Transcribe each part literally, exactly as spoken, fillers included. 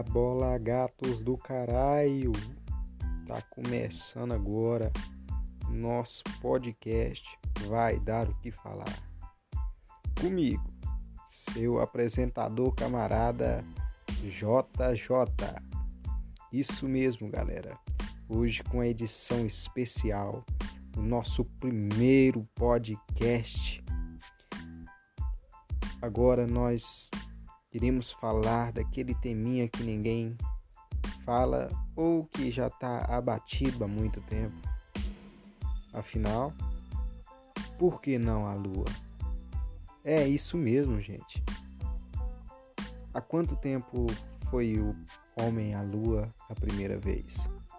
bola, gatos do caralho! Tá começando agora nosso podcast Vai Dar o Que Falar. Comigo, seu apresentador camarada J J. Isso mesmo, galera. Hoje com a edição especial do nosso primeiro podcast. Agora nós iremos falar daquele teminha que ninguém fala ou que já está abatido há muito tempo. Afinal, por que não a Lua? É isso mesmo, gente. Há quanto tempo foi o homem à Lua a primeira vez?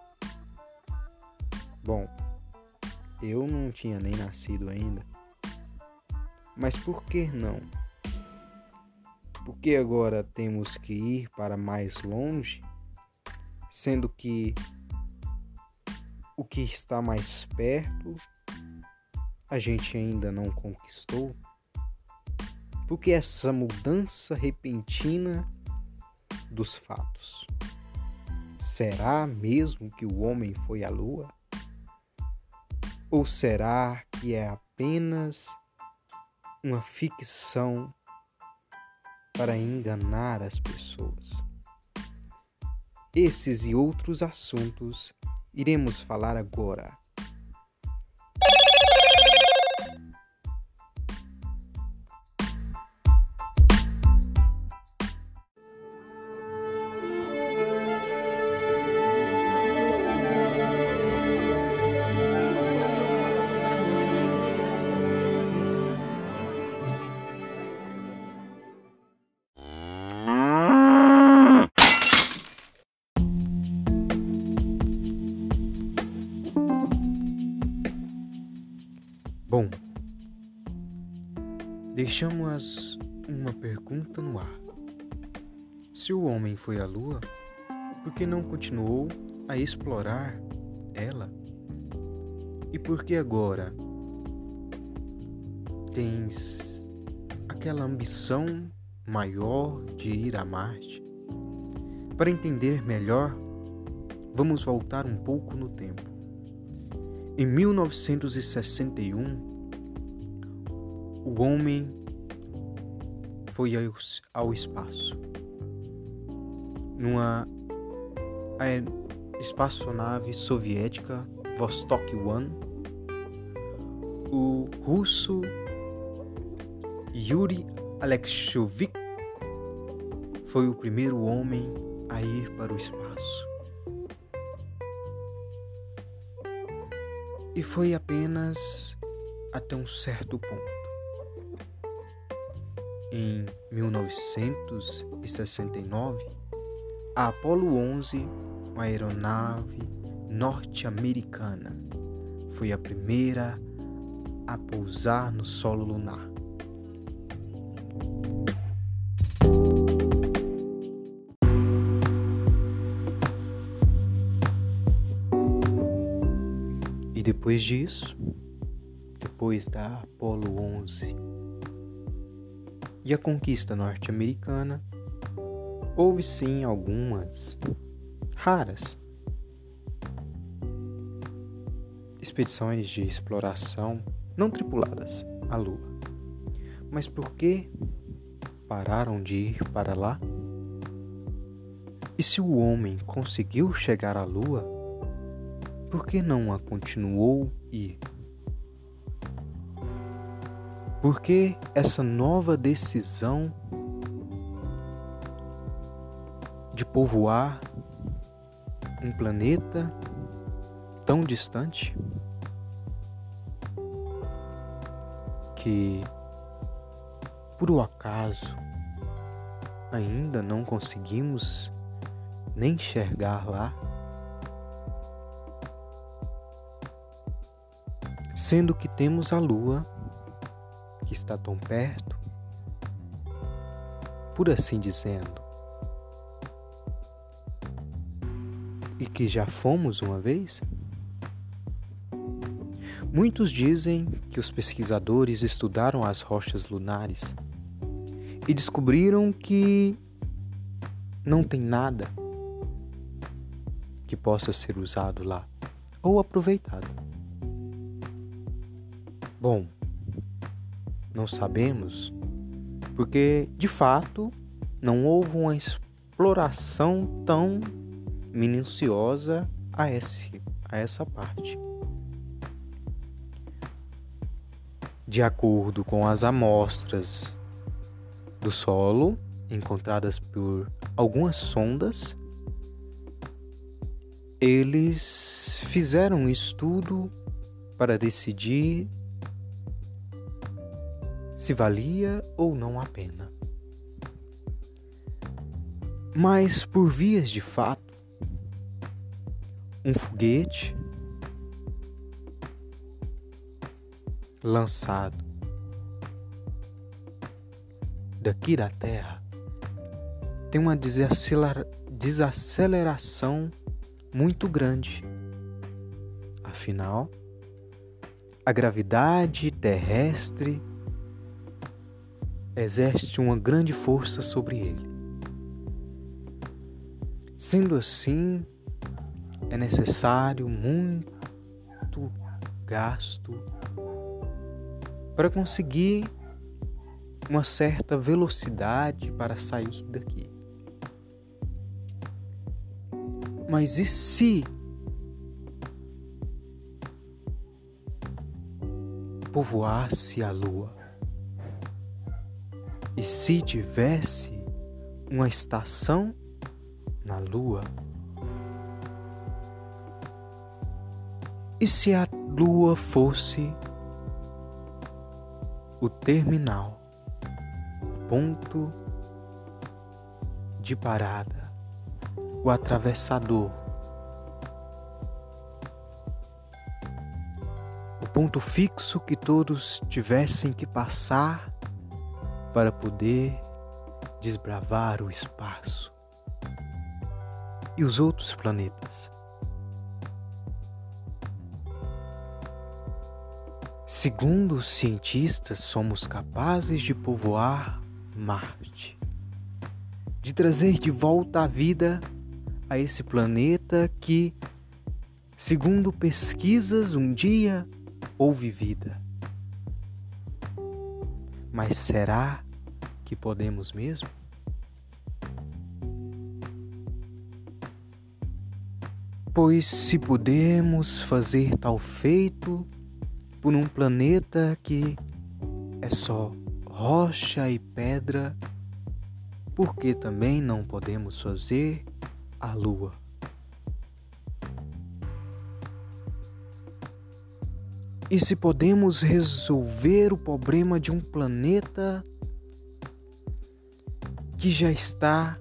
Bom, eu não tinha nem nascido ainda. Mas por que não? Por que agora temos que ir para mais longe, sendo que o que está mais perto a gente ainda não conquistou? Por que essa mudança repentina dos fatos? Será mesmo que o homem foi à Lua? Ou será que é apenas uma ficção para enganar as pessoas? Esses e outros assuntos iremos falar agora. Bom, deixamos uma pergunta no ar. Se o homem foi à Lua, por que não continuou a explorar ela? E por que agora tens aquela ambição maior de ir a Marte? Para entender melhor, vamos voltar um pouco no tempo. Em mil novecentos e sessenta e um, o homem foi ao, ao espaço. Numa espaçonave soviética Vostok um, o russo Yuri Alexeyevich foi o primeiro homem a ir para o espaço. E foi apenas até um certo ponto. Em mil novecentos e sessenta e nove, a Apollo onze, uma aeronave norte-americana, foi a primeira a pousar no solo lunar. E depois disso, depois da Apollo onze e a conquista norte-americana, houve sim algumas raras expedições de exploração não tripuladas à Lua. Mas por que pararam de ir para lá? E se o homem conseguiu chegar à Lua, por que não a continuou ir? Por que essa nova decisão de povoar um planeta tão distante que, por um acaso, ainda não conseguimos nem chegar lá? Sendo que temos a Lua, que está tão perto, por assim dizendo, e que já fomos uma vez? Muitos dizem que os pesquisadores estudaram as rochas lunares e descobriram que não tem nada que possa ser usado lá ou aproveitado? Bom, não sabemos, porque de fato não houve uma exploração tão minuciosa a, esse, a essa parte. De acordo com as amostras do solo encontradas por algumas sondas, eles fizeram um estudo para decidir se valia ou não a pena. Mas, por vias de fato, um foguete lançado daqui da Terra tem uma desacelera- desaceleração muito grande. Afinal, a gravidade terrestre exerce uma grande força sobre ele. Sendo assim, é necessário muito gasto para conseguir uma certa velocidade para sair daqui. Mas e se povoasse a Lua? E se tivesse uma estação na Lua? E se a Lua fosse o terminal, o ponto de parada, o atravessador, o ponto fixo que todos tivessem que passar para poder desbravar o espaço e os outros planetas? Segundo os cientistas, somos capazes de povoar Marte, de trazer de volta a vida a esse planeta que, segundo pesquisas, um dia houve vida. Mas será que podemos mesmo? Pois se podemos fazer tal feito por um planeta que é só rocha e pedra, por que também não podemos fazer a Lua? E se podemos resolver o problema de um planeta que já está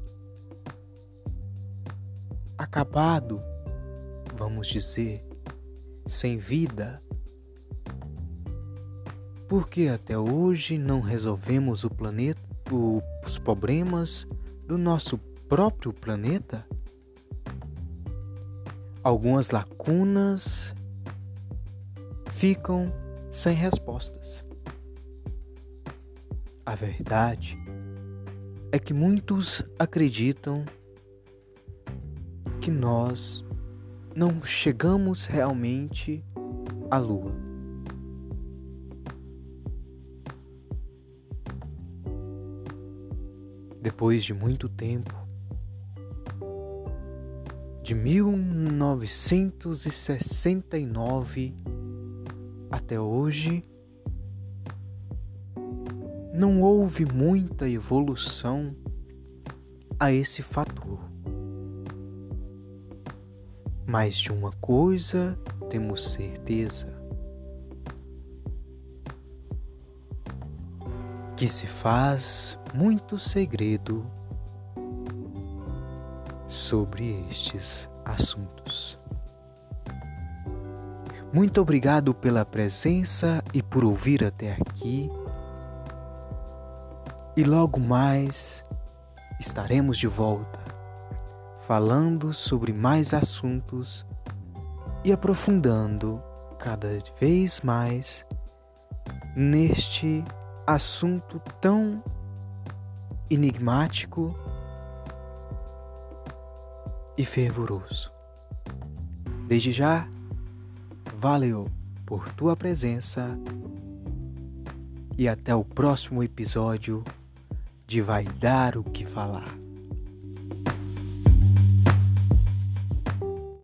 acabado, vamos dizer, sem vida, por que até hoje não resolvemos o planeta, o, os problemas do nosso próprio planeta? Algumas lacunas ficam sem respostas. A verdade é que muitos acreditam que nós não chegamos realmente à Lua. Depois de muito tempo, de mil novecentos e sessenta e nove até hoje, não houve muita evolução a esse fator. Mas de uma coisa temos certeza: que se faz muito segredo sobre estes assuntos. Muito obrigado pela presença e por ouvir até aqui. E logo mais estaremos de volta, falando sobre mais assuntos e aprofundando cada vez mais neste assunto tão enigmático e fervoroso. Desde já, valeu por tua presença e até o próximo episódio de Vai Dar o que Falar.